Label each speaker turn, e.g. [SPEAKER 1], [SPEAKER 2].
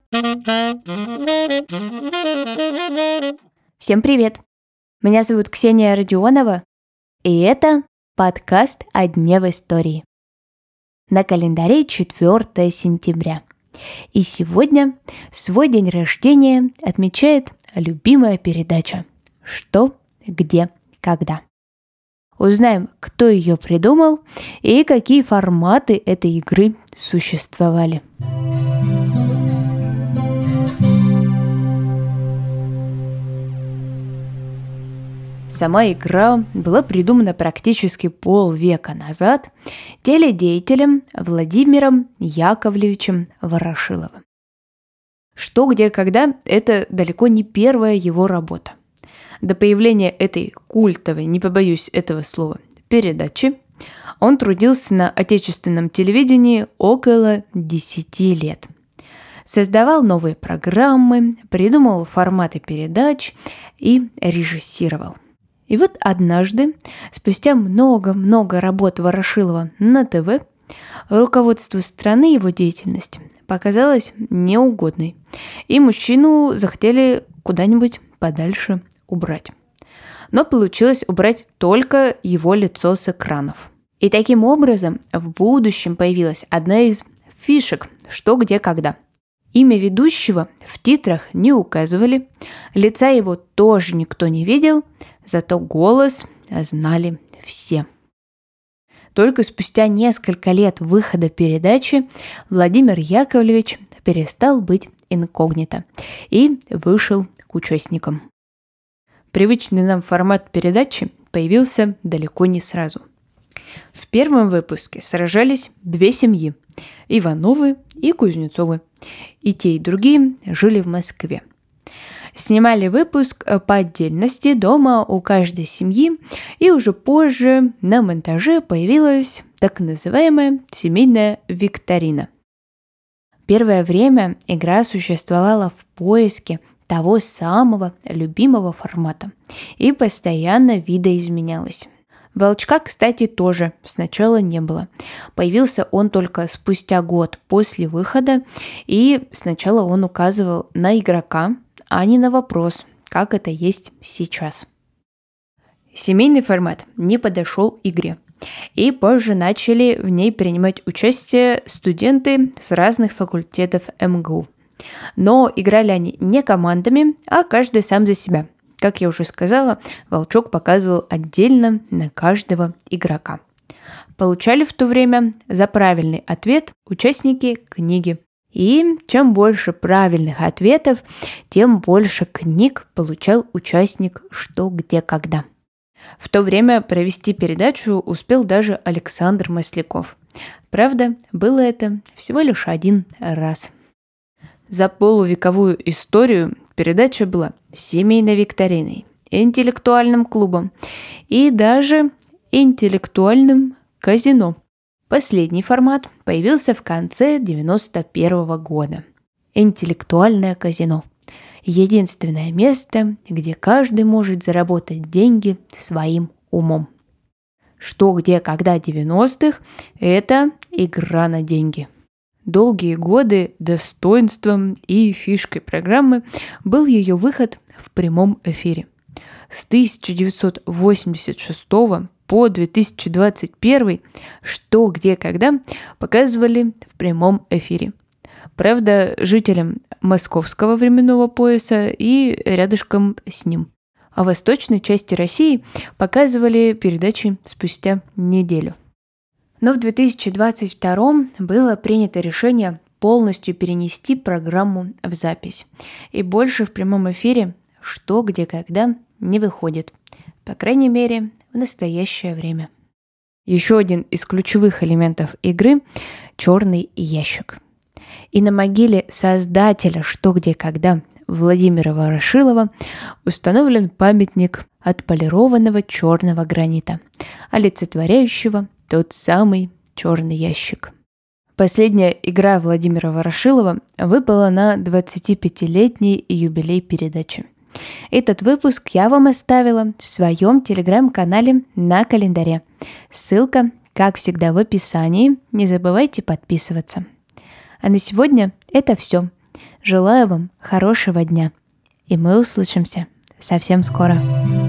[SPEAKER 1] Всем привет! Меня зовут Ксения Родионова, и это подкаст «О дне в истории». На календаре 4 сентября. И сегодня свой день рождения отмечает любимая передача «Что, где, когда». Узнаем, кто ее придумал и какие форматы этой игры существовали. Сама игра была придумана практически полвека назад теледеятелем Владимиром Яковлевичем Ворошиловым. «Что, где, когда» – это далеко не первая его работа. До появления этой культовой, не побоюсь этого слова, передачи он трудился на отечественном телевидении около 10 лет. Создавал новые программы, придумывал форматы передач и режиссировал. И вот однажды, спустя много-много работ Ворошилова на ТВ, руководству страны его деятельность показалась неугодной, и мужчину захотели куда-нибудь подальше убрать. Но получилось убрать только его лицо с экранов. И таким образом в будущем появилась одна из фишек «Что, где, когда». Имя ведущего в титрах не указывали, лица его тоже никто не видел, зато голос знали все. Только спустя несколько лет выхода передачи Владимир Яковлевич перестал быть инкогнито и вышел к участникам. Привычный нам формат передачи появился далеко не сразу. В первом выпуске сражались две семьи – Ивановы и Кузнецовы. И те, и другие жили в Москве. Снимали выпуск по отдельности дома у каждой семьи, и уже позже на монтаже появилась так называемая семейная викторина. Первое время игра существовала в поиске того самого любимого формата и постоянно видоизменялась. Волчка, кстати, тоже сначала не было. Появился он только спустя год после выхода, и сначала он указывал на игрока, а не на вопрос, как это есть сейчас. Семейный формат не подошел игре, и позже начали в ней принимать участие студенты с разных факультетов МГУ. Но играли они не командами, а каждый сам за себя. Как я уже сказала, Волчок показывал отдельно на каждого игрока. Получали в то время за правильный ответ участники книги. И чем больше правильных ответов, тем больше книг получал участник «Что, где, когда». В то время провести передачу успел даже Александр Масляков. Правда, было это всего лишь один раз. За полувековую историю передача была семейной викториной, интеллектуальным клубом и даже интеллектуальным казино. Последний формат появился в конце 1991 года. Интеллектуальное казино. Единственное место, где каждый может заработать деньги своим умом. «Что, где, когда» 90-х – это игра на деньги. Долгие годы достоинством и фишкой программы был ее выход в прямом эфире. С 1986 по 2021 «Что, где, когда» показывали в прямом эфире. Правда, жителям московского временного пояса и рядышком с ним. А в восточной части России показывали передачи спустя неделю. Но в 2022 было принято решение полностью перенести программу в запись. И больше в прямом эфире «Что, где, когда» не выходит. По крайней мере, в настоящее время. Еще один из ключевых элементов игры – черный ящик. И на могиле создателя «Что, где, когда» Владимира Ворошилова установлен памятник отполированного черного гранита, олицетворяющего тот самый черный ящик. Последняя игра Владимира Ворошилова выпала на 25-летний юбилей передачи. Этот выпуск я вам оставила в своем телеграм-канале на календаре. Ссылка, как всегда, в описании. Не забывайте подписываться. А на сегодня это все. Желаю вам хорошего дня. И мы услышимся совсем скоро.